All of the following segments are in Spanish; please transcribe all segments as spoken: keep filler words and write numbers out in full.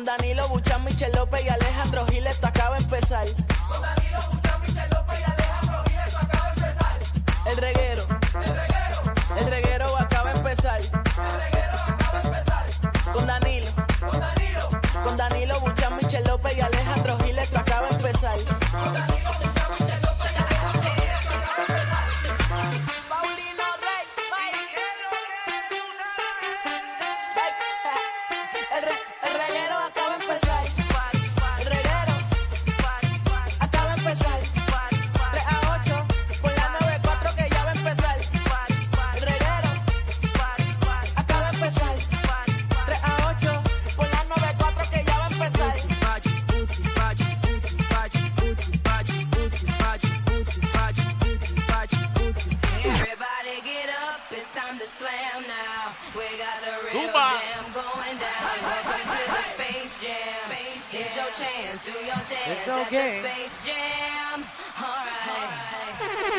Con Danilo Buchan, Michel López y Alejandro Gil, esto acaba de empezar. Con Danilo Buchan, Michel López y Alejandro Gil, esto acaba de empezar. El reguero, el reguero, el reguero acaba de empezar. El reguero acaba de empezar. Con Danilo, con Danilo, con Danilo Buchan, Michel López y Alejandro Gil, esto acaba de empezar. Con Danilo Buchan, Michel López y Alejandro Gil, esto acaba de empezar. Paulino Rey, el, re, el reguero acaba de empezar. El reguero acaba de empezar. tres a ocho por la noventa y cuatro que ya va a empezar. El reguero acaba de empezar. tres a ocho por la noventa y cuatro que ya va a empezar. Everybody get up, it's time to slam now. We got the real Zumba. jam going down. Welcome to the Space Jam. Here's your chance, do your dance It's at okay. the Space Jam. All right.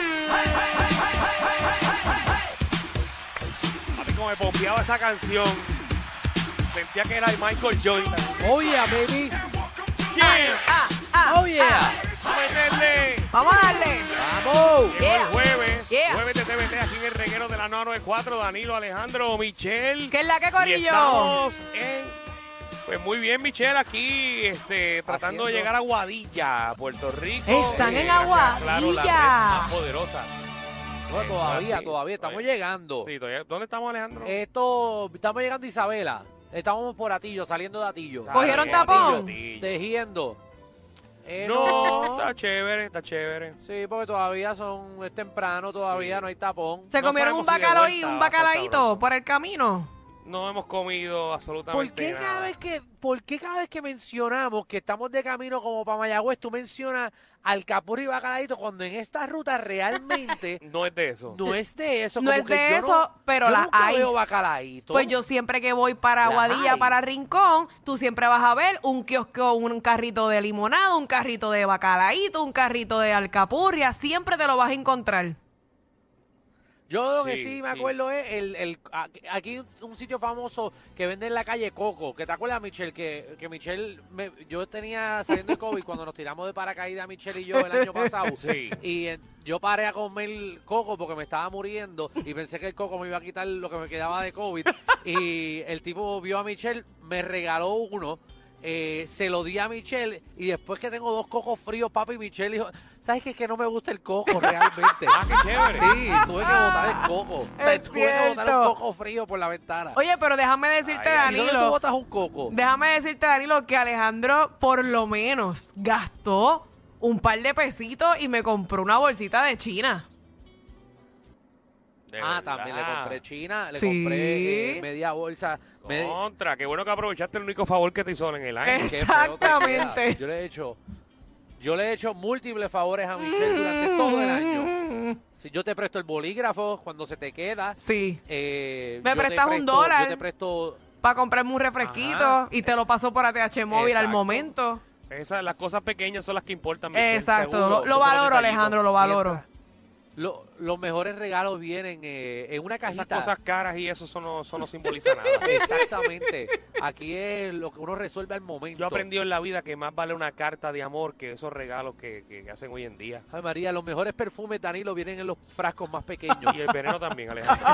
A mí como me pompeaba esa canción, sentía que era de Michael Jordan. Oh yeah, baby. ¡Jam! Ah, ah, Oh yeah. ¡Vamos a meterle! vamos a darle. Vamos. Llegó Yeah. el jueves, Yeah. jueves de T V T aquí en el reguero de la nueve noventa y cuatro, Danilo, Alejandro, Michelle. ¿Qué es la que, Y corillo? estamos en... Pues muy bien, Michelle, aquí este, tratando Haciendo. de llegar a Guadilla, Puerto Rico. Están en gracias a Claro, la red Aguadilla. más poderosa. No, Eso todavía, así. todavía. Estamos Todavía. llegando. Sí, todavía. ¿Dónde estamos, Alejandro? Esto, estamos llegando a Isabela. Estamos por Atillo, saliendo de Atillo. ¿Cogieron Está bien, tapón? Atillo. Tejiendo. Eh, No, está chévere, está chévere. Sí, porque todavía son, es temprano, todavía Sí. no hay tapón. ¿Se No comieron un sabemos si de bacalao y vuelta un va a estar bacalaíto sabroso. por el camino? No hemos comido ¿Por absolutamente qué, nada. cada vez que, ¿Por qué cada vez que mencionamos que estamos de camino como para Mayagüez, tú mencionas Alcapurri y Bacalaíto cuando en esta ruta realmente No es de eso. no es de eso? No como es que de yo eso, no- pero yo la nunca hay. veo Bacalaíto. Pues yo siempre que voy para La Aguadilla, hay. para Rincón, tú siempre vas a ver un kiosco, un carrito de limonada, un carrito de bacalaíto, un carrito de alcapurria. Siempre te lo vas a encontrar. Yo lo que Sí, sí me sí. acuerdo es el, el aquí un- un sitio famoso que vende en la calle Coco, que te acuerdas, Michelle, que, que Michelle, me- yo tenía saliendo de COVID cuando nos tiramos de paracaídas Michelle y yo el año pasado, Sí. y eh, yo paré a comer coco porque me estaba muriendo y pensé que el coco me iba a quitar lo que me quedaba de COVID, y el tipo vio a Michelle, me regaló uno, eh, se lo di a Michelle, y después que tengo dos cocos fríos, papi, Michelle dijo, ¿sabes qué? Es que no me gusta el coco realmente. Ah, qué chévere. Sí, tuve que botar el coco. O sea, Es tuve que botar cierto. un coco frío por la ventana. Oye, pero déjame decirte, Ay, ay, ¿Y dónde tú Danilo, botas un coco? déjame decirte, Danilo, que Alejandro por lo menos gastó un par de pesitos y me compró una bolsita de China. De Ah, verdad. también le compré china, le Sí. compré eh, media bolsa. me- Contra, qué bueno que aprovechaste el único favor que te hizo en el año. Es- qué feo te Exactamente. queda. Yo le he hecho, yo le he hecho múltiples favores a Michelle durante todo el año. Si yo te presto el bolígrafo cuando se te queda. Sí. eh, Me yo te prestas un presto- dólar. Yo te presto. Para comprarme un refresquito Ajá. y te lo paso por A T H móvil al Exacto. momento. Esas, las cosas pequeñas son las que importan, Michelle. Exacto. seguro, Lo, lo esos son los valoro, detallitos. Alejandro, lo valoro. Mientras- Lo- los mejores regalos vienen eh, en una Esas cajita. cosas caras y eso, eso, no, eso no simboliza nada. Exactamente. Aquí es lo que uno resuelve al momento. Yo he aprendido en la vida que más vale una carta de amor que esos regalos que, que hacen hoy en día. Ay, María, los mejores perfumes, Danilo, vienen en los frascos más pequeños. Y el veneno también, Alejandro.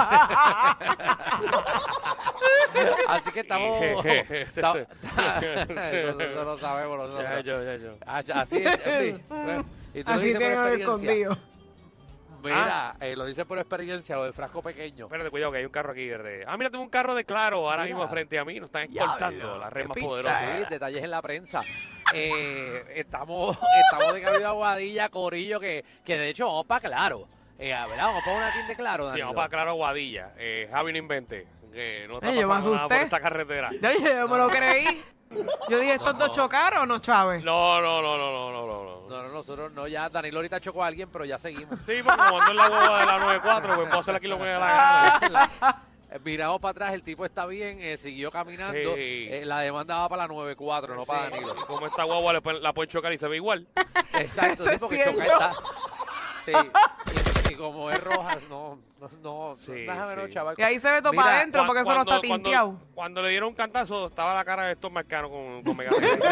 Así que estamos... Eso- ta- ta- eso, eso lo sabemos nosotros. Ya, yo, ya, yo. Ah, ya, Así es. en fin. Y tú lo Aquí dices por tengo el experiencia. escondido. Mira, eh, lo dices por experiencia, lo del frasco pequeño. Espérate, cuidado, que hay un carro aquí verde. Ah, mira, tengo un carro de Claro ahora Mira. mismo frente a mí. Nos están exportando la red más poderosa. Sí, detalles en la prensa. Eh, estamos, estamos de camino a Guadilla, Corillo, que, que de hecho vamos para Claro. Eh, ¿verdad? Vamos para una tienda de Claro, Sí, Danilo. vamos para Claro Guadilla. Eh, Javi no invente. Que no está Ay, yo me pasando nada por asusté. esta carretera. Ya dije, yo me lo creí. Yo dije, ¿estos dos chocaron o no, Chávez? No, no, no, no, no, no, no, no. No, no, nosotros no, ya Danilo ahorita chocó a alguien, pero ya seguimos. Sí, porque como ando en la boba de la noventa y cuatro, pues puedo hacer aquí lo que me dé la gana. Eh, Miramos para atrás, el tipo está bien, eh, siguió caminando. Sí. Eh, la demanda va para la noventa y cuatro, no para Sí, Danilo. y como esta guagua le pueden- la pueden chocar y se ve igual. Exacto, Eso sí, es porque cierto. choca está. Sí. Y, y como es roja, no, no, no, Sí, déjame no, sí. chaval. Y ahí se ve todo Mira, para adentro porque eso no está cuando, tinteado. cuando le dieron un cantazo, estaba la cara de estos marcanos con, con Mega Man.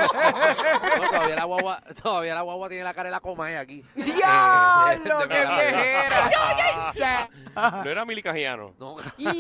No, todavía la guagua, todavía la guagua tiene la cara de la Comay aquí. ¡Diablo, Eh, de- de qué verdad. viejera! No era Mili Cajiano. No,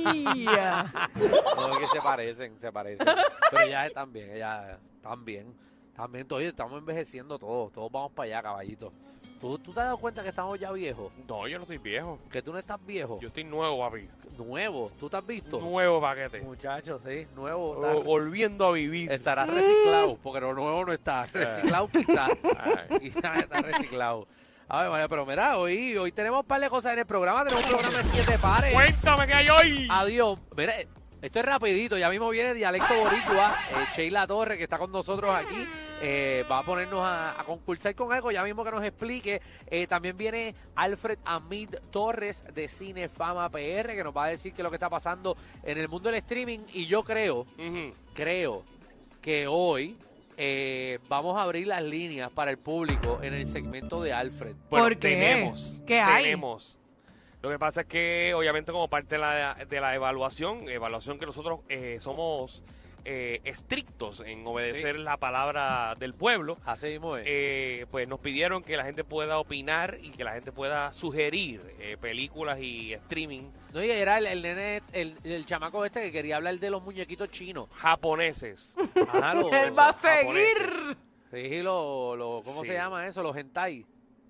Ya. no, que se parecen, se parecen. Pero ellas están bien, ellas están bien. También, oye, estamos envejeciendo todos, todos vamos para allá, caballito. ¿Tú, ¿Tú te has dado cuenta que estamos ya viejos? No, yo no soy viejo. Que tú no estás viejo. Yo estoy nuevo, papi. Nuevo, ¿tú te has visto? Nuevo paquete. Muchachos, sí, nuevo. O- Está- volviendo a vivir. Estará reciclado, porque lo nuevo no está. Reciclado quizás. Ay. Quizás está reciclado. A ver, María, pero mira, hoy, hoy tenemos un par de cosas en el programa. Tenemos un programa de siete pares. Cuéntame qué hay hoy. Adiós. Mira, esto es rapidito. Ya mismo viene Dialecto Boricua. Eh, Sheila Torres, que está con nosotros aquí, eh, va a ponernos a, a concursar con algo. Ya mismo que nos explique. Eh, también viene Alfred Amid Torres de Cinefama P R, que nos va a decir qué es lo que está pasando en el mundo del streaming. Y yo creo, Ujú. creo que hoy eh, vamos a abrir las líneas para el público en el segmento de Alfred. Bueno, ¿Por qué? tenemos. ¿Qué hay? Tenemos. Lo que pasa es que, obviamente, como parte de la, de la evaluación, evaluación que nosotros eh, somos eh, estrictos en obedecer la palabra del pueblo, Así mismo es. eh, pues nos pidieron que la gente pueda opinar y que la gente pueda sugerir eh, películas y streaming No, y era el, el nene, el, el chamaco este que quería hablar de los muñequitos chinos. japoneses. Ajá, los, Él va a Esos seguir. japoneses. sí, lo, lo- ¿cómo Sí. se llama eso? Los hentai.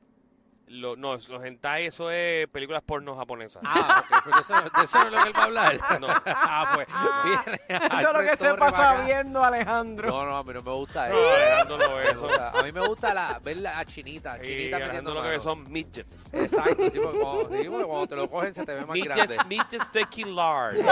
Lo- no, los hentai, eso es películas porno japonesas. Ah, ok, pero eso, de eso no es lo que él va a hablar. No. ah, pues, viene Eso es lo Alfred que se Torres pasa para acá. viendo, Alejandro. No, no, a mí no me gusta No, eso. Alejandro no ve Me eso. gusta- A mí me gusta la, ver la a Chinita, Y Chinita metiendo Alejandro lo que ve mano. son midgets. Exacto, sí, porque cuando, sí, porque cuando te lo cogen se te ve más grande. Midgets, midgets taking large.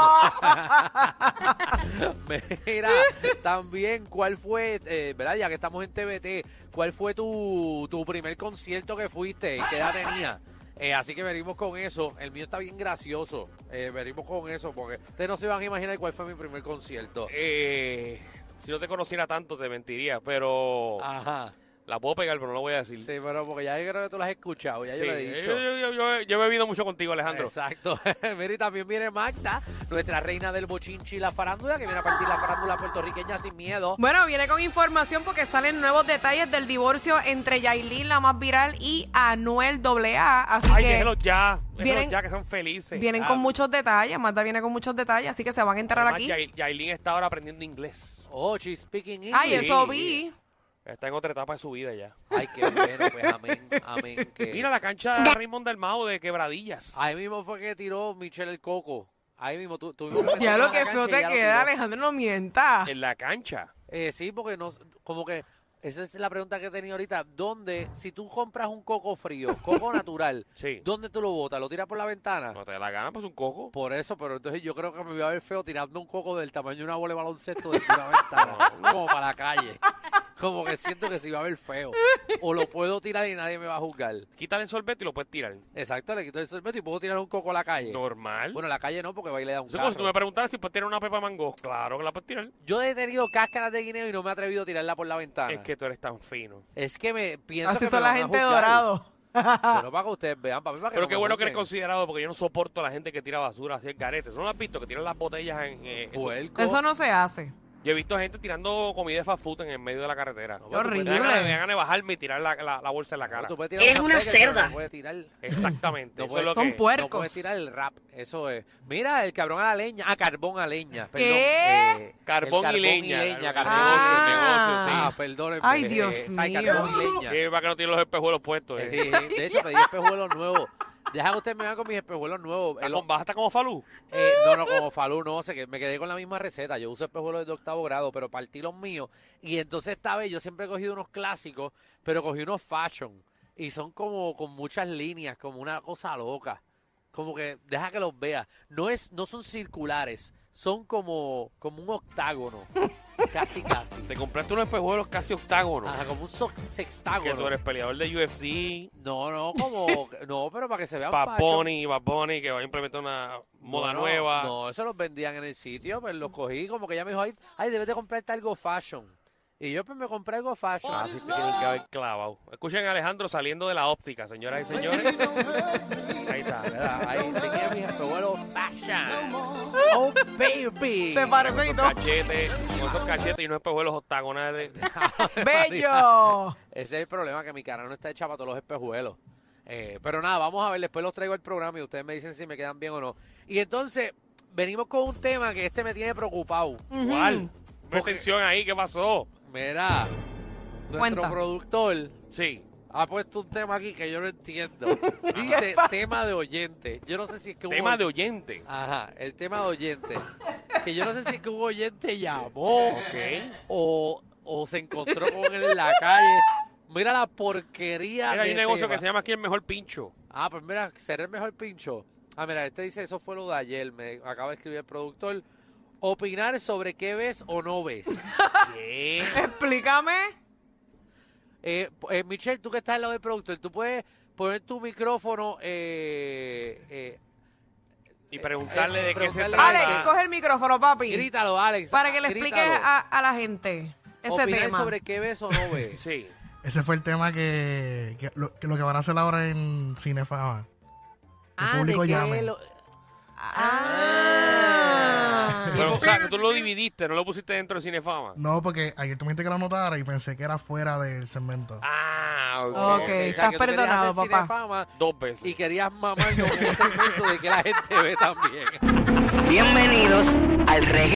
Mira, también, ¿cuál fue, eh, verdad, ya que estamos en T V T, cuál fue tu, tu primer concierto que fuiste y qué edad tenía? Eh, así que venimos con eso. El mío está bien gracioso. Eh, venimos con eso porque ustedes no se van a imaginar cuál fue mi primer concierto. Eh, si no te conociera tanto, te mentiría, pero Ajá. la puedo pegar, pero no lo voy a decir. Sí, pero porque ya yo creo que tú lo has escuchado, ya Sí, yo lo he dicho. Yo, yo- yo- yo- yo he bebido mucho contigo, Alejandro. Exacto. Mira, y también viene Magda, nuestra reina del bochinchi y la farándula, que viene a partir la farándula puertorriqueña sin miedo. Bueno, viene con información porque salen nuevos detalles del divorcio entre Yailin, la más viral, y Anuel doble A. Así Ay, que déjelos ya. Déjelos vienen- ya, que son felices. vienen Ah, con muchos detalles. Magda viene con muchos detalles, así que se van a enterar además, aquí. Yai- Yailin está ahora aprendiendo inglés. Oh, she's speaking English. Ay, eso Sí. vi. Está en otra etapa de su vida ya. Ay, qué bueno, pues amén, amén. Que... Mira la cancha de Raymond del Mao de Quebradillas. Ahí mismo fue que tiró Michelle el coco. Ahí mismo tu, tuvimos que Ya meternos lo a la que cancha feo y te ella lo queda, tiró. Alejandro, no mienta. En la cancha. Eh, sí, porque no, como que esa es la pregunta que tenía ahorita. ¿Dónde, si tú compras un coco frío, coco natural, Sí. ¿dónde tú lo botas? ¿Lo tiras por la ventana? No te da la gana, pues un coco. Por eso, pero entonces yo creo que me voy a ver feo tirando un coco del tamaño de una bola de baloncesto desde una ventana, como para la calle. Como que siento que se va a ver feo. O lo puedo tirar y nadie me va a juzgar. Quítale el sorbete y lo puedes tirar. Exacto, le quito el sorbeto y puedo tirar un coco a la calle. Normal. Bueno, a la calle no, porque va y le da un Eso es como si tú me carro. preguntaras si puedes tirar una pepa mango. Claro que la puedes tirar. Yo he tenido cáscaras de guineo y no me he atrevido a tirarla por la ventana. Es que tú eres tan fino. Es que me pienso Así que son me la van a gente juzgar. dorado. Pero para que ustedes vean, para mí, para que Pero no qué me bueno que eres juzguen. considerado, porque yo no soporto a la gente que tira basura así el garete. ¿No lo has visto? Que tiran las botellas en... eh, en- Puerco. Eso no se hace. Yo he visto gente tirando comida de fast food en el medio de la carretera. No, Qué pero tú puedes Me dan horrible. ganas- me dan ganas de bajarme y tirar la, la- la bolsa en la No, cara. tú puedes tirar Eres una hamburguesa, pero cerda. No puedes tirar, Exactamente. No Eso puede- es lo Son que... puercos. no puedes tirar el rap. Eso es. Mira, el cabrón a la leña. Ah, carbón a leña. Perdón. ¿Qué? Eh, Carbón el y leña. leña, El carbón. negocio, el Ah. negocio, sí. Ah, perdónenme. Ay, Eh, Dios ¿sabes? mío. Carbón y leña. Que para que no tiene los espejuelos puestos. Eh, Eh. de hecho, pedí espejuelos nuevos. Deja que usted me vea con mis espejuelos nuevos. ¿Estás El- con- ¿Vas a estar como Falú? Eh, no, no, como Falú, no, sé que me quedé con la misma receta. Yo uso espejuelos de octavo grado, pero partí los míos. Y entonces esta vez yo siempre he cogido unos clásicos, pero cogí unos fashion. Y son como con muchas líneas, como una cosa loca. Como que, deja que los veas. No es, no son circulares, son como, como un octágono. Casi, casi. Te compraste unos espejuelos casi octágonos. Ajá, como un so- Que sextágono. tú eres peleador de U F C, No, no, como, no, pero para que se vean Bad fashion. Bunny, Bad Bunny, que va a implementar una moda No, no, nueva. No, eso los vendían en el sitio, pero los cogí como que ella me dijo, ay, ay, debes de comprarte algo fashion. Y yo pues me compré algo fashion. Así te tienen que haber clavado. Escuchen a Alejandro saliendo de la óptica, señoras y señores. Ahí está. Mira, ahí tenía mis espejuelos fashion. Oh, baby. Se Con parece y esos todo. cachetes, con esos cachetes y unos espejuelos octagonales. ¡Bello! Ese es el problema, que mi cara no está hecha para todos los espejuelos. Eh, pero nada, vamos a ver, después los traigo al programa y ustedes me dicen si me quedan bien o no. Y entonces, venimos con un tema que este me tiene preocupado. ¿Cuál? Pon Porque- atención ahí, ¿qué pasó? Mira, nuestro Cuenta. productor Sí. ha puesto un tema aquí que yo no entiendo. Dice pasa? tema de oyente. Yo no sé si es que un Tema oy- de oyente. Ajá, el tema de oyente. Que yo no sé si es que un oyente llamó Ok. o, o se encontró con él en la calle. Mira la porquería Mira, hay de un negocio tema. que se llama aquí el mejor pincho. Ah, pues mira, será el mejor pincho. Ah, mira, este dice, eso fue lo de ayer. Me acaba de escribir el productor. Opinar sobre qué ves o no ves. ¿Qué? Explícame. Eh, eh, Michelle, tú que estás al lado del productor, tú puedes poner tu micrófono eh, eh, Y preguntarle eh, de qué se preguntarle trata. a Alex, coge el micrófono, papi. grítalo, Alex. Para que le expliques grítalo. a, a la gente ese Opinar tema. sobre qué ves o no ves. Sí. Ese fue el tema que, que, lo, que lo que van a hacer ahora en Cinefama. Que el Ah, público de qué llame. lo- Ah. Pero, o sea, que tú lo dividiste, no lo pusiste dentro de Cinefama. No, porque ayer tú me dijiste que lo anotara y pensé que era fuera del segmento. Ah, ok. Ok, o sea, estás que tú querías perdonado, hacer papá. Cinefama Dos veces. y querías mamarnos un segmento de que la gente ve también. Bienvenidos al reggae.